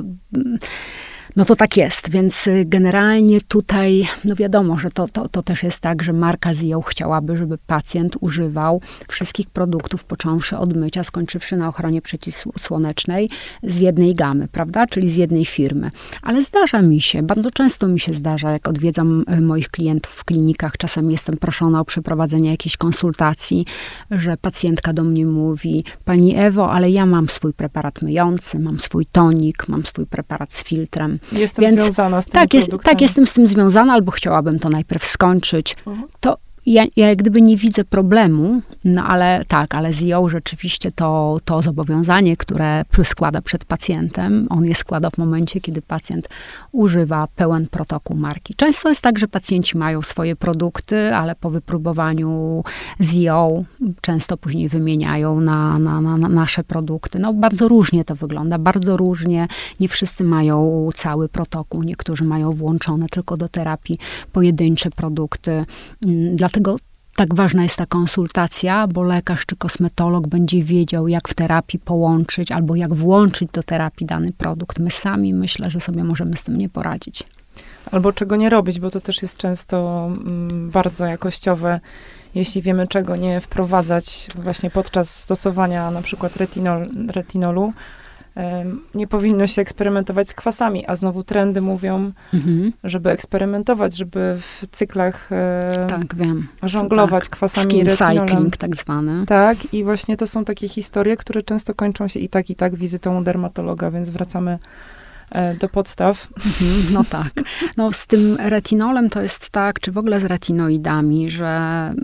Speaker 2: No to tak jest, więc generalnie tutaj, no wiadomo, że to, to, to też jest tak, że marka Z I O chciałaby, żeby pacjent używał wszystkich produktów, począwszy od mycia, skończywszy na ochronie przeciwsłonecznej z jednej gamy, prawda, czyli z jednej firmy. Ale zdarza mi się, bardzo często mi się zdarza, jak odwiedzam moich klientów w klinikach, czasem jestem proszona o przeprowadzenie jakiejś konsultacji, że pacjentka do mnie mówi, pani Ewo, ale ja mam swój preparat myjący, mam swój tonik, mam swój preparat z filtrem.
Speaker 1: Jestem
Speaker 2: Więc
Speaker 1: związana z tym
Speaker 2: tak, jest,
Speaker 1: produktami.
Speaker 2: tak, jestem z tym związana, albo chciałabym to najpierw skończyć.
Speaker 1: Mhm.
Speaker 2: To ja, ja jak gdyby nie widzę problemu, no ale tak, ale Z I O rzeczywiście to, to zobowiązanie, które składa przed pacjentem, on je składa w momencie, kiedy pacjent używa pełen protokół marki. Często jest tak, że pacjenci mają swoje produkty, ale po wypróbowaniu Z I O często później wymieniają na, na, na, na nasze produkty. No bardzo różnie to wygląda, bardzo różnie. Nie wszyscy mają cały protokół, niektórzy mają włączone tylko do terapii pojedyncze produkty. Dla Dlatego tak ważna jest ta konsultacja, bo lekarz czy kosmetolog będzie wiedział, jak w terapii połączyć albo jak włączyć do terapii dany produkt. My sami myślę, że sobie możemy z tym nie poradzić.
Speaker 1: Albo czego nie robić, bo to też jest często mm, bardzo jakościowe, jeśli wiemy, czego nie wprowadzać właśnie podczas stosowania na przykład retinol, retinolu. Nie powinno się eksperymentować z kwasami, a znowu trendy mówią, mhm. żeby eksperymentować, żeby w cyklach
Speaker 2: tak, wiem.
Speaker 1: żonglować
Speaker 2: tak.
Speaker 1: kwasami
Speaker 2: Skin
Speaker 1: retinolem.
Speaker 2: cycling tak zwany.
Speaker 1: Tak, i właśnie to są takie historie, które często kończą się i tak, i tak wizytą u dermatologa, więc wracamy do podstaw.
Speaker 2: Mhm, no tak. No z tym retinolem to jest tak, czy w ogóle z retinoidami, że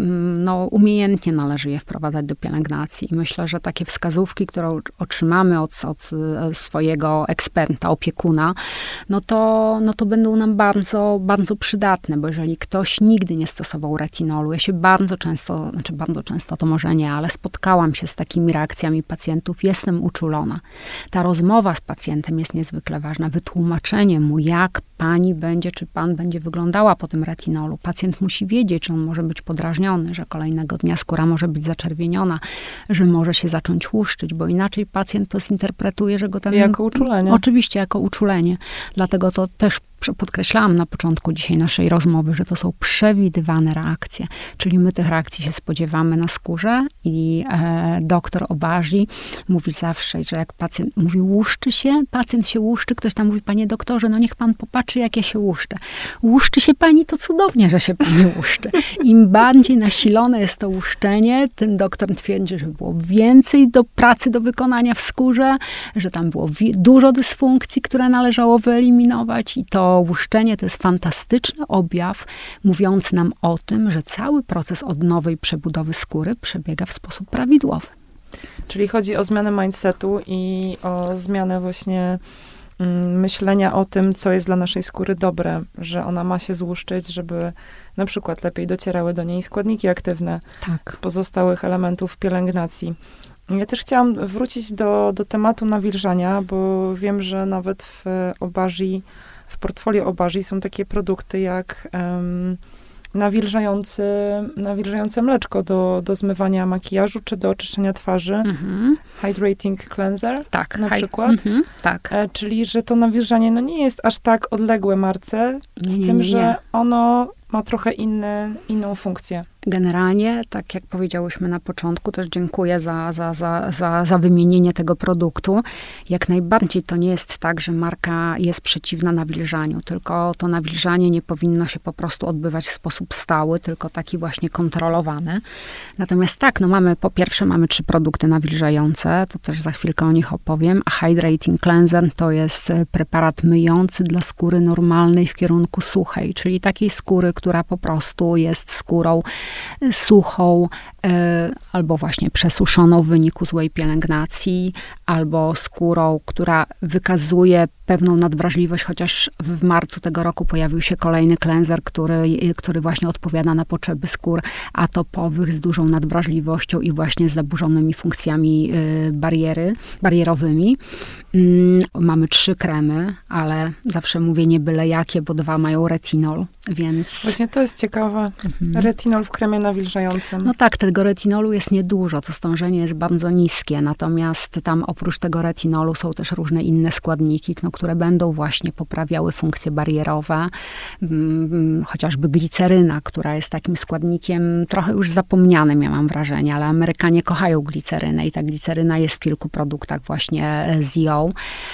Speaker 2: no, umiejętnie należy je wprowadzać do pielęgnacji. I myślę, że takie wskazówki, które otrzymamy od, od swojego eksperta, opiekuna, no to, no to będą nam bardzo, bardzo przydatne, bo jeżeli ktoś nigdy nie stosował retinolu, ja się bardzo często, znaczy bardzo często to może nie, ale spotkałam się z takimi reakcjami pacjentów, jestem uczulona. Ta rozmowa z pacjentem jest niezwykle ważna. Na wytłumaczenie mu, jak pani będzie, czy pan będzie wyglądała po tym retinolu. Pacjent musi wiedzieć, że on może być podrażniony, że kolejnego dnia skóra może być zaczerwieniona, że może się zacząć łuszczyć, bo inaczej pacjent to zinterpretuje, że go ten...
Speaker 1: Jako uczulenie.
Speaker 2: Oczywiście, jako uczulenie. Dlatego to też podkreślałam na początku dzisiaj naszej rozmowy, że to są przewidywane reakcje. Czyli my tych reakcji się spodziewamy na skórze i e, doktor Obagi mówi zawsze, że jak pacjent mówi, łuszczy się, pacjent się łuszczy, ktoś tam mówi, panie doktorze, no niech pan popatrzy, jak ja się łuszczę. Łuszczy się pani, to cudownie, że się pani łuszczy. Im bardziej nasilone jest to łuszczenie, tym doktor twierdzi, że było więcej do pracy do wykonania w skórze, że tam było wi- dużo dysfunkcji, które należało wyeliminować i to łuszczenie to jest fantastyczny objaw mówiący nam o tym, że cały proces odnowy i przebudowy skóry przebiega w sposób prawidłowy.
Speaker 1: Czyli chodzi o zmianę mindsetu i o zmianę właśnie mm, myślenia o tym, co jest dla naszej skóry dobre, że ona ma się złuszczyć, żeby na przykład lepiej docierały do niej składniki aktywne
Speaker 2: tak.
Speaker 1: z pozostałych elementów pielęgnacji. Ja też chciałam wrócić do, do tematu nawilżania, bo wiem, że nawet w Obagi, w portfolio Obagi są takie produkty jak um, nawilżający, nawilżające mleczko do, do zmywania makijażu, czy do oczyszczenia twarzy. Mm-hmm. Hydrating cleanser
Speaker 2: tak,
Speaker 1: na
Speaker 2: hi-
Speaker 1: przykład.
Speaker 2: Mm-hmm, tak.
Speaker 1: E, czyli, że to nawilżanie no, nie jest aż tak odległe marce, z
Speaker 2: nie,
Speaker 1: tym,
Speaker 2: nie, nie.
Speaker 1: że ono ma trochę inny, inną funkcję.
Speaker 2: Generalnie, tak jak powiedziałyśmy na początku, też dziękuję za, za, za, za, za wymienienie tego produktu. Jak najbardziej to nie jest tak, że marka jest przeciwna nawilżaniu, tylko to nawilżanie nie powinno się po prostu odbywać w sposób stały, tylko taki właśnie kontrolowany. Natomiast tak, no mamy, po pierwsze mamy trzy produkty nawilżające, to też za chwilkę o nich opowiem, a Hydrating Cleanser to jest preparat myjący dla skóry normalnej w kierunku suchej, czyli takiej skóry, która po prostu jest skórą suchą, y, albo właśnie przesuszoną w wyniku złej pielęgnacji, albo skórą, która wykazuje pewną nadwrażliwość, chociaż w marcu tego roku pojawił się kolejny cleanser, który, który właśnie odpowiada na potrzeby skór atopowych z dużą nadwrażliwością i właśnie z zaburzonymi funkcjami y, bariery, barierowymi. Mm, mamy trzy kremy, ale zawsze mówię nie byle jakie, bo dwa mają retinol, więc...
Speaker 1: Właśnie to jest ciekawe. Mhm. Retinol w kremie nawilżającym.
Speaker 2: No tak, tego retinolu jest niedużo, to stężenie jest bardzo niskie, natomiast tam oprócz tego retinolu są też różne inne składniki, no, które będą właśnie poprawiały funkcje barierowe, hmm, chociażby gliceryna, która jest takim składnikiem trochę już zapomnianym, ja mam wrażenie, ale Amerykanie kochają glicerynę i ta gliceryna jest w kilku produktach właśnie z I O.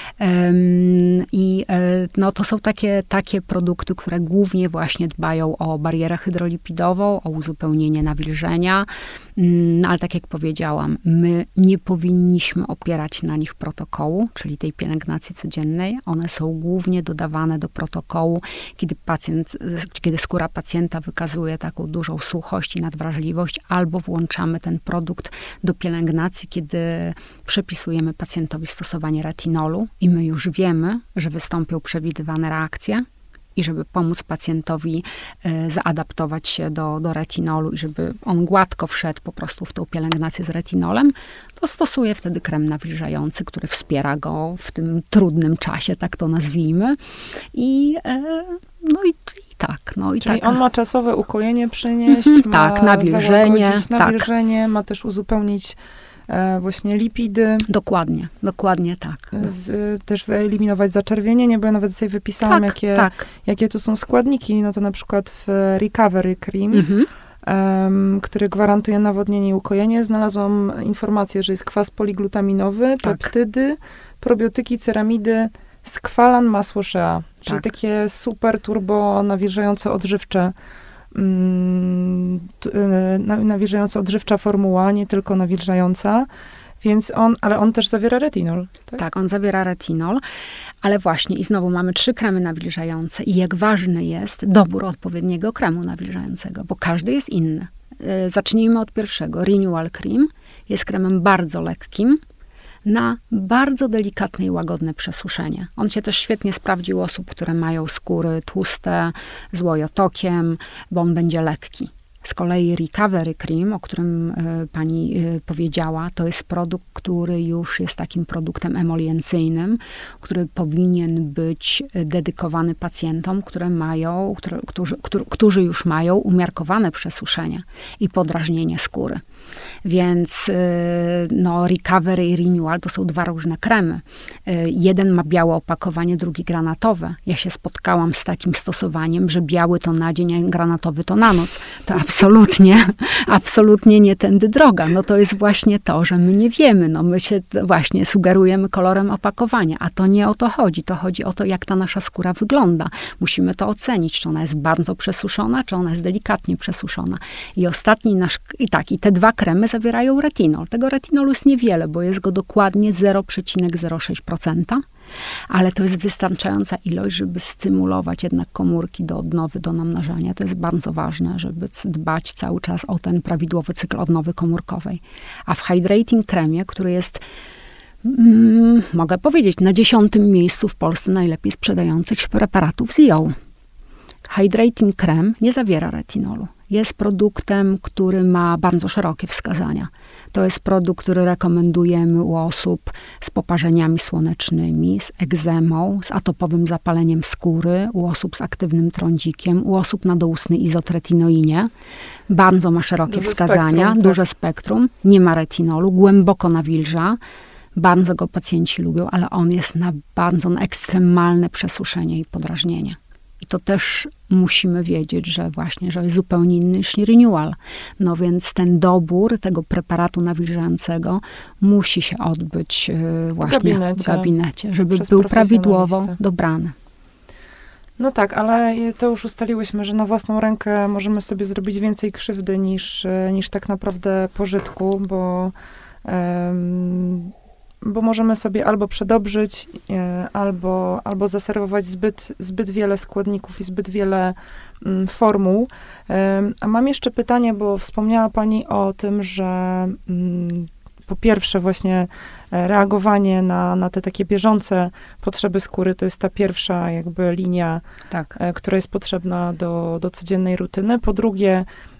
Speaker 2: I no, to są takie, takie produkty, które głównie właśnie dbają o barierę hydrolipidową, o uzupełnienie nawilżenia, no, ale tak jak powiedziałam, my nie powinniśmy opierać na nich protokołu, czyli tej pielęgnacji codziennej. One są głównie dodawane do protokołu, kiedy pacjent, kiedy skóra pacjenta wykazuje taką dużą suchość i nadwrażliwość, albo włączamy ten produkt do pielęgnacji, kiedy przepisujemy pacjentowi stosowanie retinolu i my już wiemy, że wystąpią przewidywane reakcje i żeby pomóc pacjentowi y, zaadaptować się do, do retinolu i żeby on gładko wszedł po prostu w tą pielęgnację z retinolem, to stosuje wtedy krem nawilżający, który wspiera go w tym trudnym czasie, tak to nazwijmy. I, y, no i, i tak. No i
Speaker 1: Czyli
Speaker 2: taka.
Speaker 1: on ma czasowe ukojenie przynieść,
Speaker 2: Mhm,
Speaker 1: ma
Speaker 2: tak, nawilżenie,
Speaker 1: nawilżenie,
Speaker 2: tak.
Speaker 1: ma też uzupełnić e, właśnie lipidy.
Speaker 2: Dokładnie, dokładnie tak.
Speaker 1: Z, też wyeliminować zaczerwienienie, bo ja nawet sobie wypisałam,
Speaker 2: Tak,
Speaker 1: jakie,
Speaker 2: tak.
Speaker 1: jakie tu są składniki. No to na przykład w Recovery Cream,
Speaker 2: Mhm.
Speaker 1: um, który gwarantuje nawodnienie i ukojenie, znalazłam informację, że jest kwas poliglutaminowy,
Speaker 2: Tak.
Speaker 1: peptydy, probiotyki, ceramidy, skwalan, masło shea. Czyli
Speaker 2: Tak.
Speaker 1: takie super turbo nawilżające, odżywcze, mm, t- na- nawilżająca, odżywcza formuła, nie tylko nawilżająca. Więc on, ale on też zawiera retinol. Tak?
Speaker 2: Tak, on zawiera retinol, ale właśnie i znowu mamy trzy kremy nawilżające i jak ważny jest dobór odpowiedniego kremu nawilżającego, bo każdy jest inny. Yy, zacznijmy od pierwszego. Renewal Cream jest kremem bardzo lekkim na bardzo delikatne i łagodne przesuszenie. On się też świetnie sprawdzi u osób, które mają skóry tłuste, z łojotokiem, bo on będzie lekki. Z kolei Recovery Cream, o którym y, pani y, powiedziała, to jest produkt, który już jest takim produktem emoliencyjnym, który powinien być dedykowany pacjentom, które mają, które, którzy, którzy, którzy już mają umiarkowane przesuszenie i podrażnienie skóry. Więc y, no, Recovery i Renewal to są dwa różne kremy. Y, jeden ma białe opakowanie, drugi granatowe. Ja się spotkałam z takim stosowaniem, że biały to na dzień, a granatowy to na noc. To absolutnie, absolutnie nie tędy droga. No to jest właśnie to, że my nie wiemy. No my się właśnie sugerujemy kolorem opakowania, a to nie o to chodzi. To chodzi o to, jak ta nasza skóra wygląda. Musimy to ocenić, czy ona jest bardzo przesuszona, czy ona jest delikatnie przesuszona. I ostatni nasz, i tak, i te dwa kremy zawierają retinol. Tego retinolu jest niewiele, bo jest go dokładnie zero przecinek zero sześć procent. Ale to jest wystarczająca ilość, żeby stymulować jednak komórki do odnowy, do namnażania. To jest bardzo ważne, żeby dbać cały czas o ten prawidłowy cykl odnowy komórkowej. A w Hydrating Kremie, który jest, mm, mogę powiedzieć, na dziesiątym miejscu w Polsce najlepiej sprzedających się preparatów z I O. Hydrating Krem nie zawiera retinolu. Jest produktem, który ma bardzo szerokie wskazania. To jest produkt, który rekomendujemy u osób z poparzeniami słonecznymi, z egzemą, z atopowym zapaleniem skóry, u osób z aktywnym trądzikiem, u osób na doustnej izotretinoinie. Bardzo ma szerokie
Speaker 1: duże
Speaker 2: wskazania,
Speaker 1: spektrum,
Speaker 2: duże
Speaker 1: tak.
Speaker 2: spektrum, nie ma retinolu, głęboko nawilża. Bardzo go pacjenci lubią, ale on jest na bardzo na ekstremalne przesuszenie i podrażnienie. I to też musimy wiedzieć, że właśnie, że jest zupełnie inny niż renewal. No więc ten dobór tego preparatu nawilżającego musi się odbyć yy, właśnie w gabinecie, w gabinecie żeby był prawidłowo dobrany.
Speaker 1: No tak, ale to już ustaliłyśmy, że na własną rękę możemy sobie zrobić więcej krzywdy niż, niż tak naprawdę pożytku, bo, um, bo możemy sobie albo przedobrzyć, albo, albo zaserwować zbyt, zbyt wiele składników i zbyt wiele um, formuł. Um, a mam jeszcze pytanie, bo wspomniała pani o tym, że um, po pierwsze właśnie reagowanie na, na te takie bieżące potrzeby skóry, to jest ta pierwsza jakby linia, tak. e, która jest potrzebna do, do codziennej rutyny. Po drugie,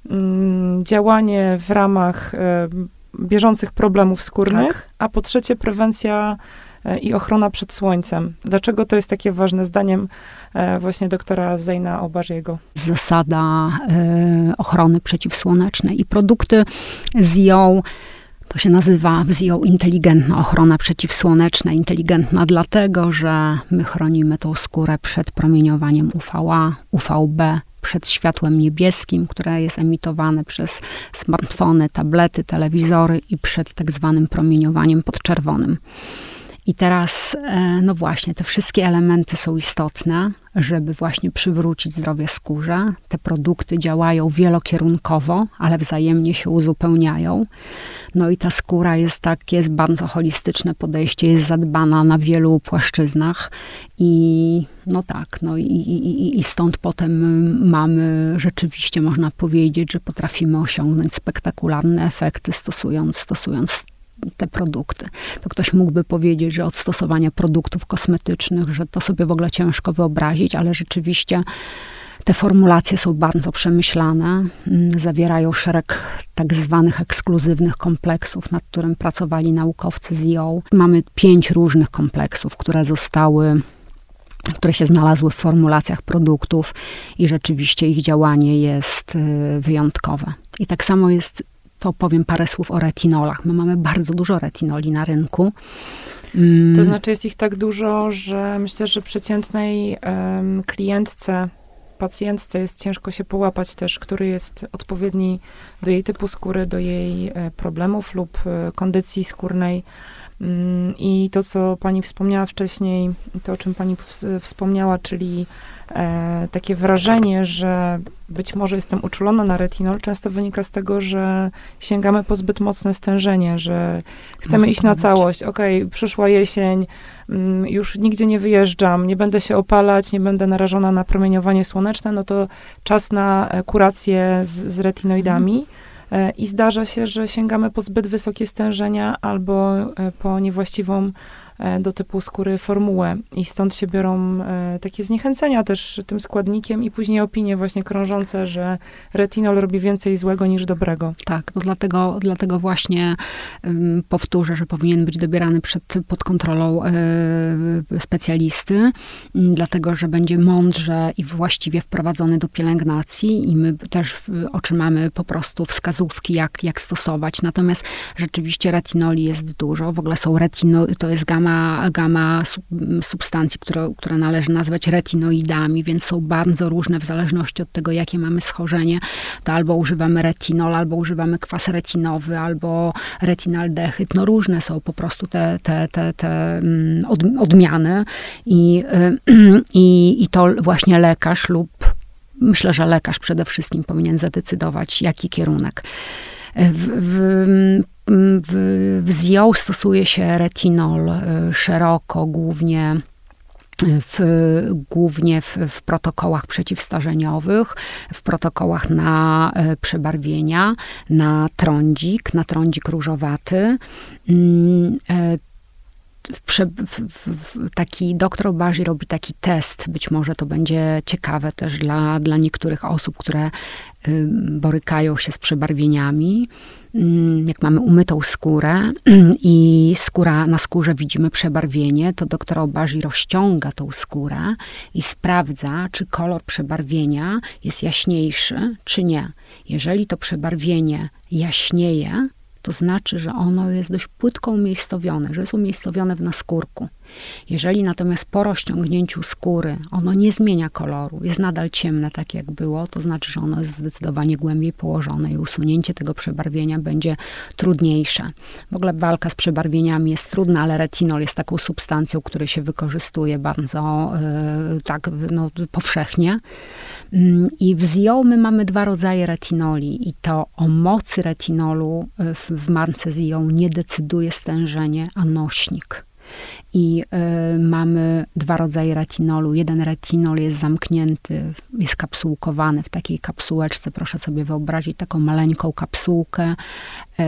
Speaker 1: m, działanie w ramach e, bieżących problemów skórnych, tak. A po trzecie, prewencja e, i ochrona przed słońcem. Dlaczego to jest takie ważne zdaniem e, właśnie doktora Zejna Obarziego?
Speaker 2: Zasada e, ochrony przeciwsłonecznej i produkty z ją to się nazywa w Z I O inteligentna ochrona przeciwsłoneczna. Inteligentna dlatego, że my chronimy tą skórę przed promieniowaniem U V A, U V B, przed światłem niebieskim, które jest emitowane przez smartfony, tablety, telewizory i przed tak zwanym promieniowaniem podczerwonym. I teraz, no właśnie, te wszystkie elementy są istotne, żeby właśnie przywrócić zdrowie skórze. Te produkty działają wielokierunkowo, ale wzajemnie się uzupełniają. No i ta skóra jest tak, jest bardzo holistyczne podejście, jest zadbana na wielu płaszczyznach i no tak, no i, i, i stąd potem mamy rzeczywiście, można powiedzieć, że potrafimy osiągnąć spektakularne efekty stosując, stosując te produkty. To ktoś mógłby powiedzieć, że od stosowania produktów kosmetycznych, że to sobie w ogóle ciężko wyobrazić, ale rzeczywiście te formulacje są bardzo przemyślane, zawierają szereg tak zwanych ekskluzywnych kompleksów, nad którym pracowali naukowcy z I O. Mamy pięć różnych kompleksów, które zostały, które się znalazły w formulacjach produktów i rzeczywiście ich działanie jest wyjątkowe. I tak samo jest, to powiem parę słów o retinolach. My mamy bardzo dużo retinoli na rynku.
Speaker 1: To znaczy jest ich tak dużo, że myślę, że przeciętnej um, klientce, pacjentce jest ciężko się połapać też, który jest odpowiedni do jej typu skóry, do jej e, problemów lub e, kondycji skórnej. Mm, I to, co pani wspomniała wcześniej, to, o czym pani w, wspomniała, czyli e, takie wrażenie, że być może jestem uczulona na retinol, często wynika z tego, że sięgamy po zbyt mocne stężenie, że chcemy Może iść na całość. Okej, okay, przyszła jesień, mm, już nigdzie nie wyjeżdżam, nie będę się opalać, nie będę narażona na promieniowanie słoneczne, no to czas na kurację z, z retinoidami. Mm. I zdarza się, że sięgamy po zbyt wysokie stężenia albo po niewłaściwą do typu skóry formułę. I stąd się biorą takie zniechęcenia też tym składnikiem i później opinie właśnie krążące, że retinol robi więcej złego niż dobrego.
Speaker 2: Tak, no dlatego, dlatego właśnie um, powtórzę, że powinien być dobierany przed, pod kontrolą e, specjalisty, m, dlatego, że będzie mądrze i właściwie wprowadzony do pielęgnacji i my też otrzymamy po prostu wskazówki, jak, jak stosować. Natomiast rzeczywiście retinoli jest dużo. W ogóle są retino, to jest gama Gama, gama substancji, które, które należy nazwać retinoidami, więc są bardzo różne w zależności od tego, jakie mamy schorzenie. To albo używamy retinol, albo używamy kwas retinowy, albo retinaldehyd. No różne są po prostu te, te, te, te odmiany i, i, i to właśnie lekarz lub myślę, że lekarz przede wszystkim powinien zadecydować, jaki kierunek. W, w, w, w Z I O stosuje się retinol szeroko, głównie w, głównie w, w protokołach przeciwstarzeniowych, w protokołach na przebarwienia, na trądzik, na trądzik różowaty. W, prze, w, w, taki doktor Obagi robi taki test, być może to będzie ciekawe też dla, dla niektórych osób, które y, borykają się z przebarwieniami. Y, jak mamy umytą skórę i skóra, na skórze widzimy przebarwienie, to doktor Obagi rozciąga tą skórę i sprawdza, czy kolor przebarwienia jest jaśniejszy, czy nie. Jeżeli to przebarwienie jaśnieje, to znaczy, że ono jest dość płytko umiejscowione, że jest umiejscowione w naskórku. Jeżeli natomiast po rozciągnięciu skóry ono nie zmienia koloru, jest nadal ciemne tak jak było, to znaczy, że ono jest zdecydowanie głębiej położone i usunięcie tego przebarwienia będzie trudniejsze. W ogóle walka z przebarwieniami jest trudna, ale retinol jest taką substancją, której się wykorzystuje bardzo yy, tak no, powszechnie. Yy, I w Zio my mamy dwa rodzaje retinoli i to o mocy retinolu w, w marce Zio nie decyduje stężenie, a nośnik. I y, mamy dwa rodzaje retinolu. Jeden retinol jest zamknięty, jest kapsułkowany w takiej kapsułeczce. Proszę sobie wyobrazić taką maleńką kapsułkę, y,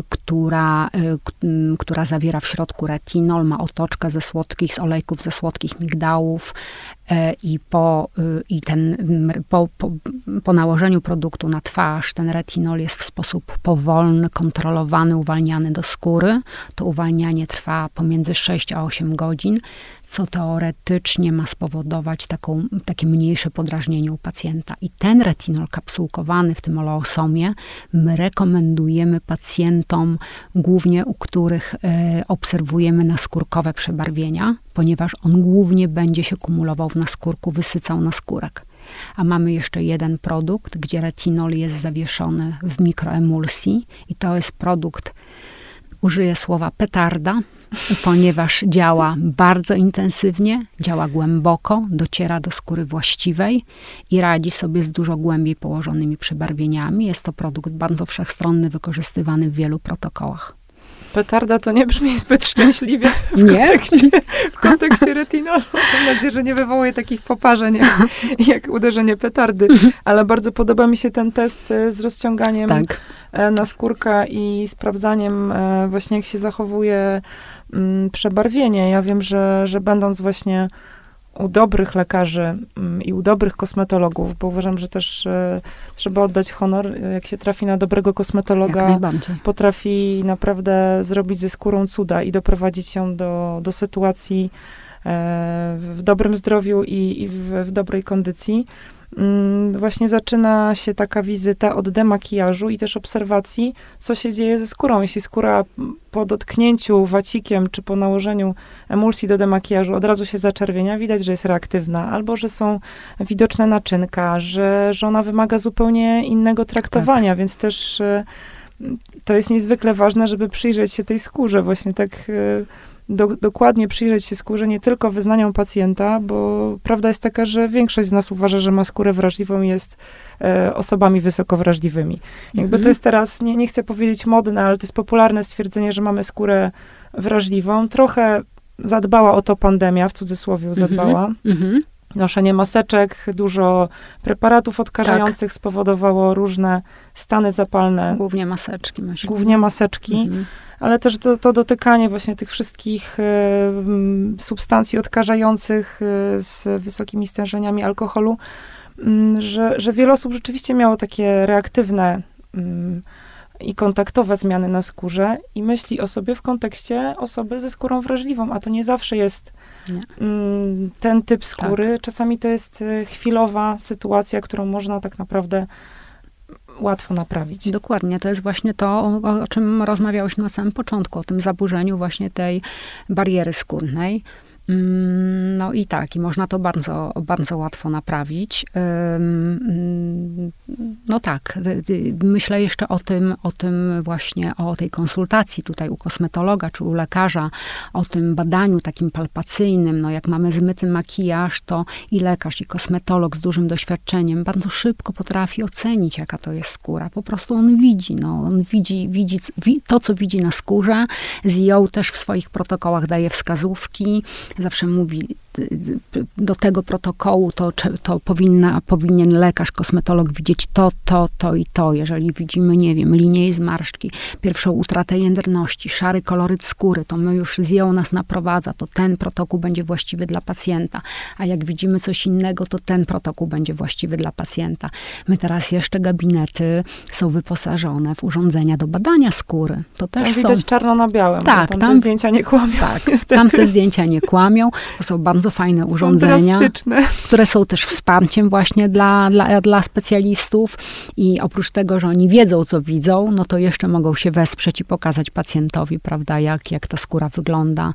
Speaker 2: która, y, k, y, która zawiera w środku retinol, ma otoczkę ze słodkich, z olejków ze słodkich migdałów y, i, po, y, i ten, y, po, po, po nałożeniu produktu na twarz ten retinol jest w sposób powolny, kontrolowany, uwalniany do skóry. To uwalnianie trwa pomiędzy sześć a osiem godzin, co teoretycznie ma spowodować taką, takie mniejsze podrażnienie u pacjenta. I ten retinol kapsułkowany w tym oleosomie my rekomendujemy pacjentom, głównie u których y, obserwujemy naskórkowe przebarwienia, ponieważ on głównie będzie się kumulował w naskórku, wysycał naskórek. A mamy jeszcze jeden produkt, gdzie retinol jest zawieszony w mikroemulsji i to jest produkt, użyję słowa petarda, ponieważ działa bardzo intensywnie, działa głęboko, dociera do skóry właściwej i radzi sobie z dużo głębiej położonymi przebarwieniami. Jest to produkt bardzo wszechstronny, wykorzystywany w wielu protokołach.
Speaker 1: Petarda to nie brzmi zbyt szczęśliwie w nie? kontekście, w kontekście retinolu. Mam nadzieję, że nie wywołuje takich poparzeń jak, jak uderzenie petardy. Ale bardzo podoba mi się ten test z rozciąganiem tak. naskórka i sprawdzaniem właśnie, jak się zachowuje przebarwienie. Ja wiem, że, że będąc właśnie u dobrych lekarzy i u dobrych kosmetologów, bo uważam, że też e, trzeba oddać honor, jak się trafi na dobrego kosmetologa, potrafi naprawdę zrobić ze skórą cuda i doprowadzić ją do, do sytuacji e, w dobrym zdrowiu i, i w, w dobrej kondycji. Właśnie zaczyna się taka wizyta od demakijażu i też obserwacji, co się dzieje ze skórą. Jeśli skóra po dotknięciu wacikiem, czy po nałożeniu emulsji do demakijażu od razu się zaczerwienia, widać, że jest reaktywna, albo że są widoczne naczynka, że, że ona wymaga zupełnie innego traktowania, tak. Więc też to jest niezwykle ważne, żeby przyjrzeć się tej skórze, właśnie tak Do, dokładnie przyjrzeć się skórze, nie tylko wyznaniom pacjenta, bo prawda jest taka, że większość z nas uważa, że ma skórę wrażliwą i jest e, osobami wysoko wrażliwymi. Jakby mm-hmm. to jest teraz, nie, nie chcę powiedzieć modne, ale to jest popularne stwierdzenie, że mamy skórę wrażliwą. Trochę zadbała o to pandemia, w cudzysłowie zadbała. Mm-hmm. Noszenie maseczek, dużo preparatów odkażających tak. spowodowało różne stany zapalne.
Speaker 2: Głównie maseczki. Myślę.
Speaker 1: Głównie maseczki. Mm-hmm. Ale też to, to dotykanie właśnie tych wszystkich e, substancji odkażających e, z wysokimi stężeniami alkoholu, m, że, że wiele osób rzeczywiście miało takie reaktywne m, i kontaktowe zmiany na skórze i myśli o sobie w kontekście osoby ze skórą wrażliwą, a to nie zawsze jest m, ten typ skóry. Tak. Czasami to jest chwilowa sytuacja, którą można tak naprawdę łatwo naprawić.
Speaker 2: Dokładnie, to jest właśnie to, o, o czym rozmawiałyśmy na samym początku, o tym zaburzeniu właśnie tej bariery skórnej. No i tak, i można to bardzo, bardzo łatwo naprawić. No tak, myślę jeszcze o tym, o tym właśnie, o tej konsultacji tutaj u kosmetologa czy u lekarza, o tym badaniu takim palpacyjnym. No jak mamy zmyty makijaż, to i lekarz, i kosmetolog z dużym doświadczeniem bardzo szybko potrafi ocenić, jaka to jest skóra. Po prostu on widzi, no, on widzi, widzi to, co widzi na skórze. Zio też w swoich protokołach daje wskazówki. Zawsze mówi, do tego protokołu to, to powinna, powinien lekarz, kosmetolog widzieć to, to, to i to. Jeżeli widzimy, nie wiem, linię i zmarszczki, pierwszą utratę jędrności, szary koloryt skóry, to my już Zio nas naprowadza, to ten protokół będzie właściwy dla pacjenta. A jak widzimy coś innego, to ten protokół będzie właściwy dla pacjenta. My teraz jeszcze gabinety są wyposażone w urządzenia do badania skóry. To też
Speaker 1: tam
Speaker 2: są...
Speaker 1: widać czarno na białym.
Speaker 2: Tak,
Speaker 1: tam
Speaker 2: tam
Speaker 1: te zdjęcia nie kłamią.
Speaker 2: Tak, tam te zdjęcia nie kłamią. To są bardzo bardzo fajne urządzenia, które są też wsparciem właśnie dla, dla, dla specjalistów i oprócz tego, że oni wiedzą, co widzą, no to jeszcze mogą się wesprzeć i pokazać pacjentowi, prawda, jak, jak ta skóra wygląda.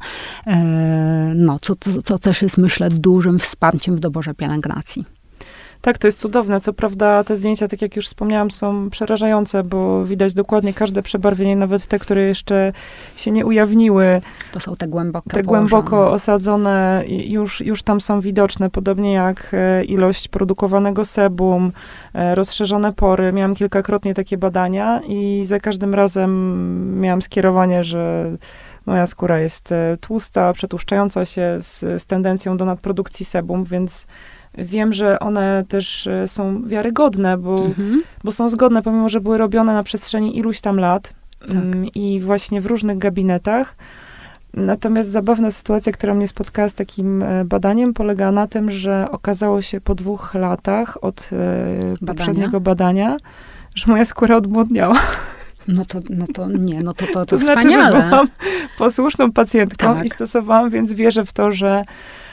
Speaker 2: No, co, co, co też jest, myślę, dużym wsparciem w doborze pielęgnacji.
Speaker 1: Tak, to jest cudowne. Co prawda te zdjęcia, tak jak już wspomniałam, są przerażające, bo widać dokładnie każde przebarwienie, nawet te, które jeszcze się nie ujawniły.
Speaker 2: To są te głębokie
Speaker 1: Te głęboko osadzone, już, już tam są widoczne, podobnie jak ilość produkowanego sebum, rozszerzone pory. Miałam kilkakrotnie takie badania i za każdym razem miałam skierowanie, że moja skóra jest tłusta, przetłuszczająca się z, z tendencją do nadprodukcji sebum, więc wiem, że one też są wiarygodne, bo, mhm. bo są zgodne, pomimo że były robione na przestrzeni iluś tam lat tak. i właśnie w różnych gabinetach. Natomiast zabawna sytuacja, która mnie spotkała z takim badaniem, polega na tym, że okazało się po dwóch latach od badania? poprzedniego badania, że moja skóra odmłodniała.
Speaker 2: No to, no to nie, no to, to, to, to
Speaker 1: znaczy,
Speaker 2: wspaniale.
Speaker 1: że byłam posłuszną pacjentką
Speaker 2: tak.
Speaker 1: i stosowałam, więc wierzę w to, że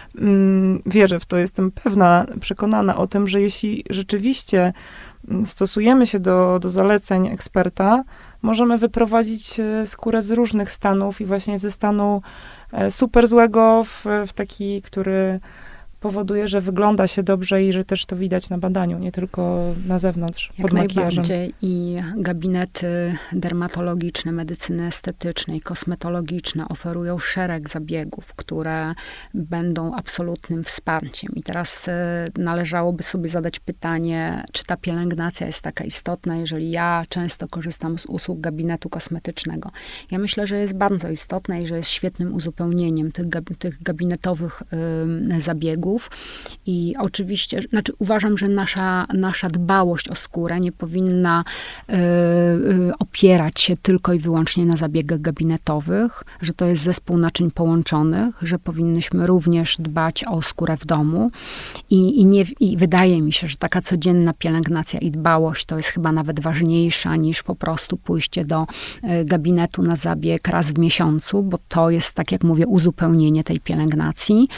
Speaker 1: mm, wierzę w to, jestem pewna, przekonana o tym, że jeśli rzeczywiście stosujemy się do, do zaleceń eksperta, możemy wyprowadzić skórę z różnych stanów i właśnie ze stanu super złego w, w taki, który powoduje, że wygląda się dobrze i że też to widać na badaniu, nie tylko na zewnątrz,
Speaker 2: Jak
Speaker 1: pod makijażem.
Speaker 2: najbardziej. I gabinety dermatologiczne, medycyny estetycznej, kosmetologiczne oferują szereg zabiegów, które będą absolutnym wsparciem. I teraz y, należałoby sobie zadać pytanie, czy ta pielęgnacja jest taka istotna, jeżeli ja często korzystam z usług gabinetu kosmetycznego. Ja myślę, że jest bardzo istotna i że jest świetnym uzupełnieniem tych, gab- tych gabinetowych y, zabiegów. I oczywiście, znaczy uważam, że nasza, nasza dbałość o skórę nie powinna y, y, opierać się tylko i wyłącznie na zabiegach gabinetowych, że to jest zespół naczyń połączonych, że powinnyśmy również dbać o skórę w domu. I, i, nie, i wydaje mi się, że taka codzienna pielęgnacja i dbałość to jest chyba nawet ważniejsza niż po prostu pójście do y, gabinetu na zabieg raz w miesiącu, bo to jest, tak jak mówię, uzupełnienie tej pielęgnacji.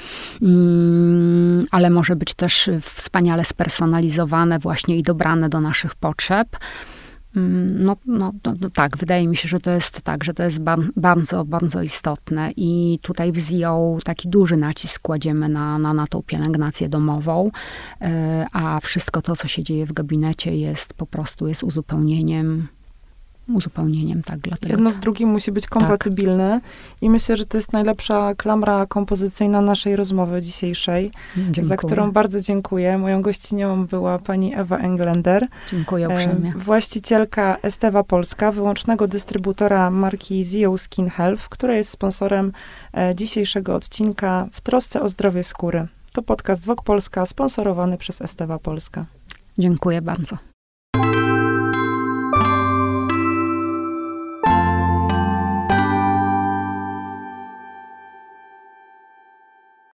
Speaker 2: Mm, ale może być też wspaniale spersonalizowane właśnie i dobrane do naszych potrzeb. No, no, no, no tak, wydaje mi się, że to jest tak, że to jest ba- bardzo, bardzo istotne i tutaj w Z I O taki duży nacisk kładziemy na, na, na tą pielęgnację domową, a wszystko to, co się dzieje w gabinecie jest po prostu, jest uzupełnieniem uzupełnieniem, tak, dlatego.
Speaker 1: Jedno z drugim musi być kompatybilne tak. i myślę, że to jest najlepsza klamra kompozycyjna naszej rozmowy dzisiejszej, dziękuję. Za którą bardzo dziękuję. Moją gościnią była pani Ewa Englender.
Speaker 2: Dziękuję uprzejmie.
Speaker 1: Właścicielka Esteva Polska, wyłącznego dystrybutora marki Z I O Skin Health, która jest sponsorem dzisiejszego odcinka W trosce o zdrowie skóry. To podcast Vogue Polska, sponsorowany przez Esteva Polska.
Speaker 2: Dziękuję bardzo.